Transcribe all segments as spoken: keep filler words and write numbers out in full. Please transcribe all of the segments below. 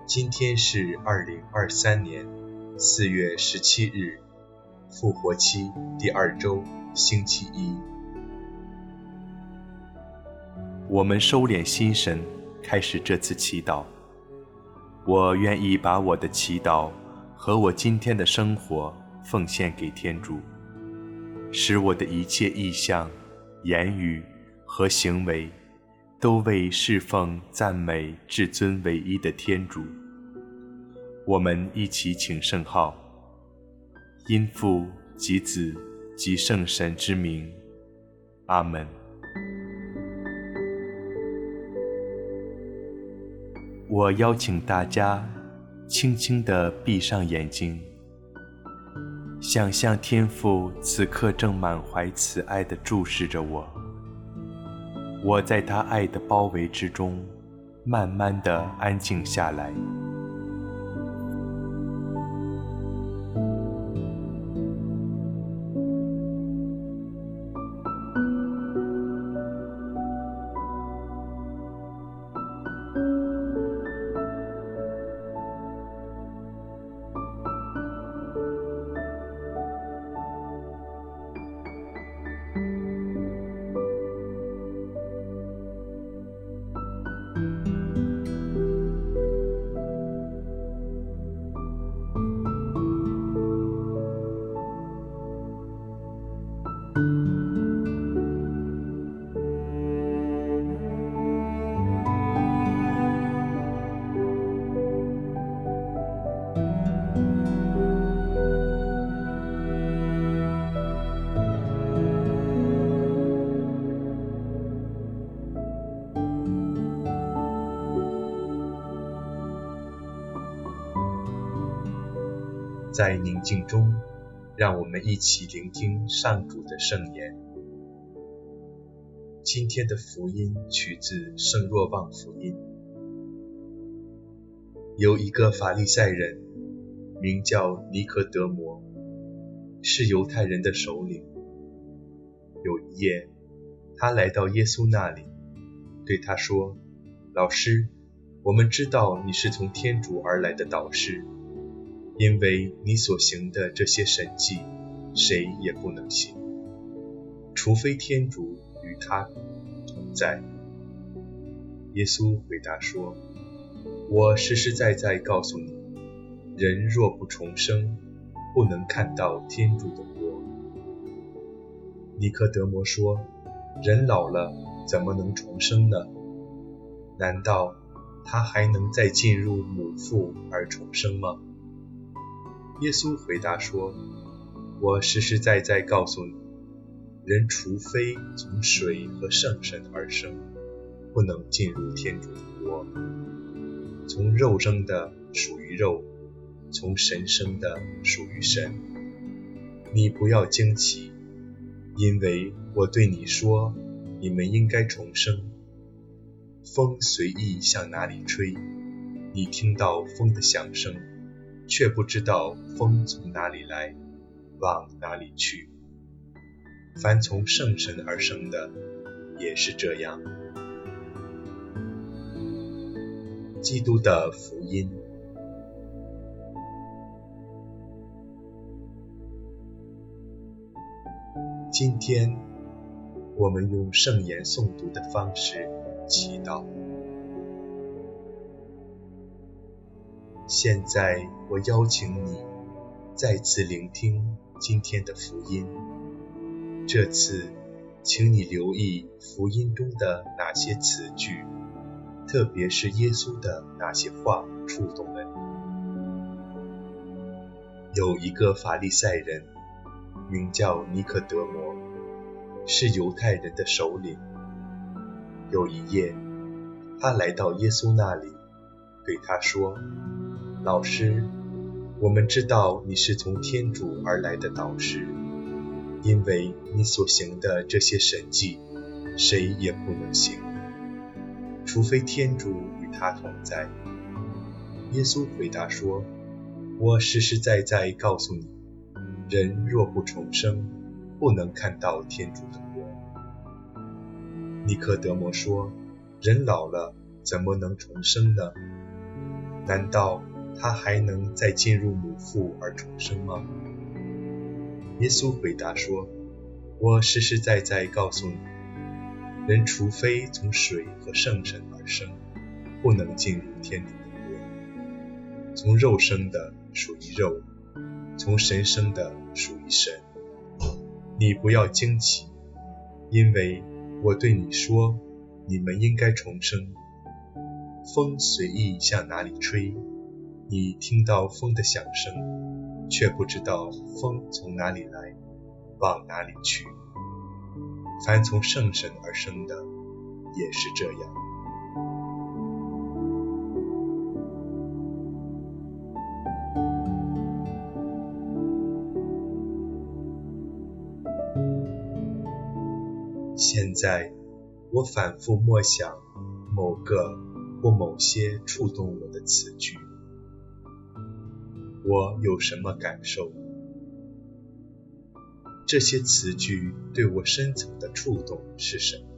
今天是二零二三年四月十七日，复活期第二周，星期一。 我们收敛心神，开始这次祈祷。我愿意把我的祈祷和我今天的生活奉献给天主，使我的一切意向、言语和行为都为侍奉、赞美至尊唯一的天主。我们一起请圣号，因父及子及圣神之名，阿们。我邀请大家轻轻地闭上眼睛，想象天父此刻正满怀慈爱地注视着我，我在他爱的包围之中慢慢地安静下来。 在宁静中，让我们一起聆听上主的圣言。今天的福音取自圣若望福音。有一个法利赛人，名叫尼科德摩，是犹太人的首领。有一夜，他来到耶稣那里，对他说：“老师，我们知道你是从天主而来的导师，因为你所行的这些神迹，谁也不能行，除非天主与他同在。”耶稣回答说：“我实实在在告诉你，人若不重生，不能看到天主的国。”尼科德摩说：“人老了，怎么能重生呢？难道他还能再进入母腹而重生吗？”耶稣回答说：“我实实在在告诉你，人除非从水和圣神而生，不能进入天主的国。从肉生的属于肉，从神生的属于神。你不要惊奇，因为我对你说，你们应该重生。风随意向哪里吹，你听到风的响声，却不知道风从哪里来，往哪里去。凡从圣神而生的，也是这样。”基督的福音。今天，我们用圣言诵读的方式祈祷。现在我邀请你再次聆听今天的福音。这次请你留意福音中的哪些词句，特别是耶稣的哪些话触动了你。有一个法利赛人，名叫尼科德摩，是犹太人的首领。有一夜，他来到耶稣那里，对他说：“老师，我们知道你是从天主而来的导师，因为你所行的这些神迹，谁也不能行，除非天主与他同在。”耶稣回答说：“我实实在在告诉你，人若不重生，不能看到天主的国。”尼科德摩说：“人老了，怎么能重生呢？ 难道他还能再进入母腹而重生吗？耶稣回答说，我实实在在告诉你，人除非从水和圣神而生，不能进入天主的国。从肉生的属于肉，从神生的属于神。你不要惊奇，因为我对你说，你们应该重生。风随意向哪里吹，你听到风的响声，却不知道风从哪里来，往哪里去。凡从圣神而生的，也是这样。现在，我反复默想某个或某些触动我的词句，我有什么感受？这些词句对我深层的触动是什么？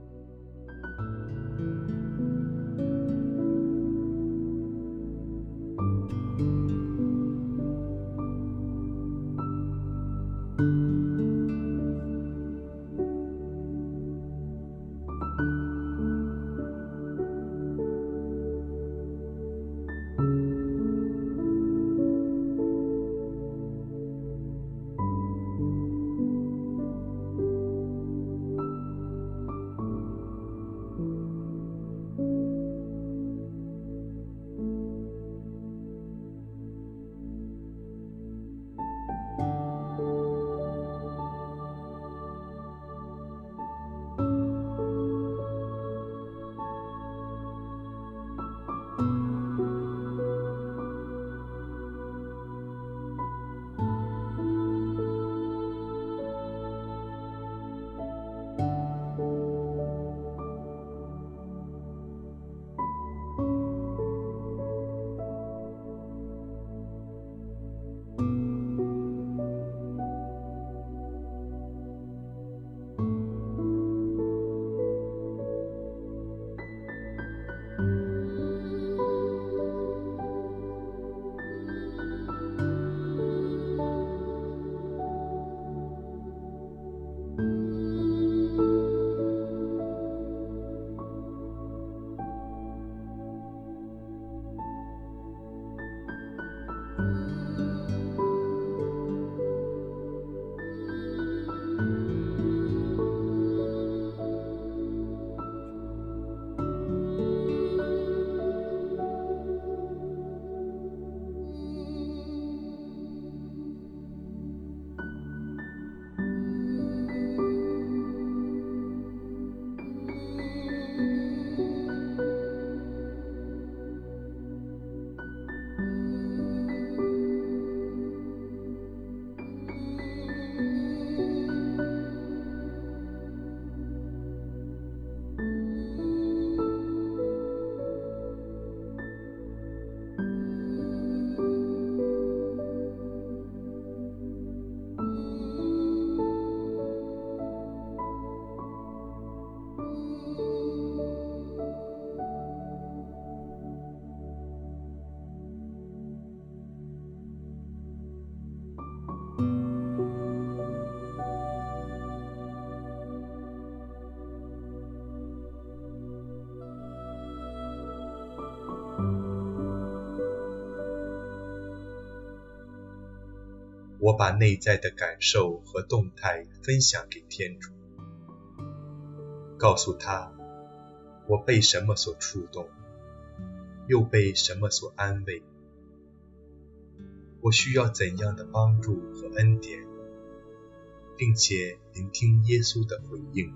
我把内在的感受和动态分享给天主，告诉他我被什么所触动，又被什么所安慰，我需要怎样的帮助和恩典，并且聆听耶稣的回应。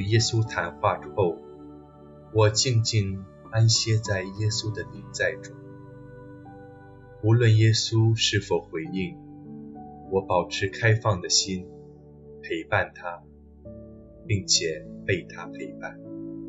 耶稣谈话后，我静静安歇在耶稣的临在中。无论耶稣是否回应，我保持开放的心，陪伴他，并且被他陪伴。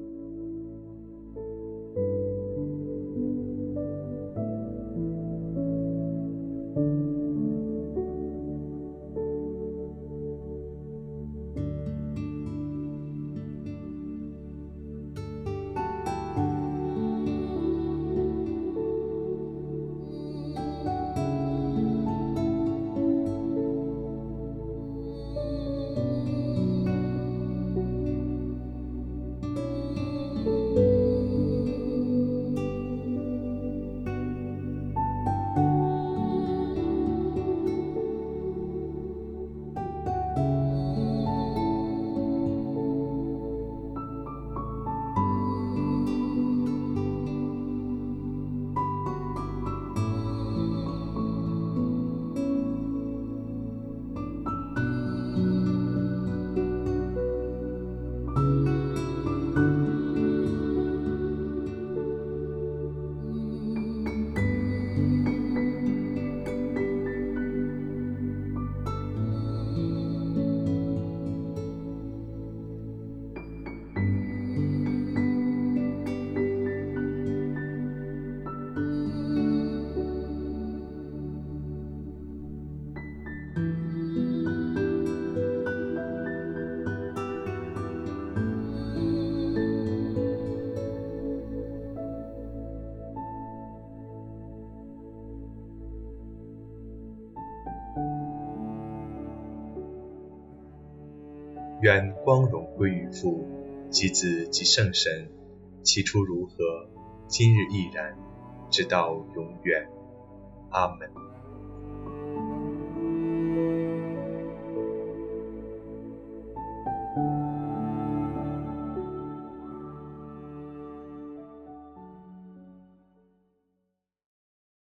愿光荣归于父、及子、及圣神，起初如何，今日亦然，直到永远。阿们。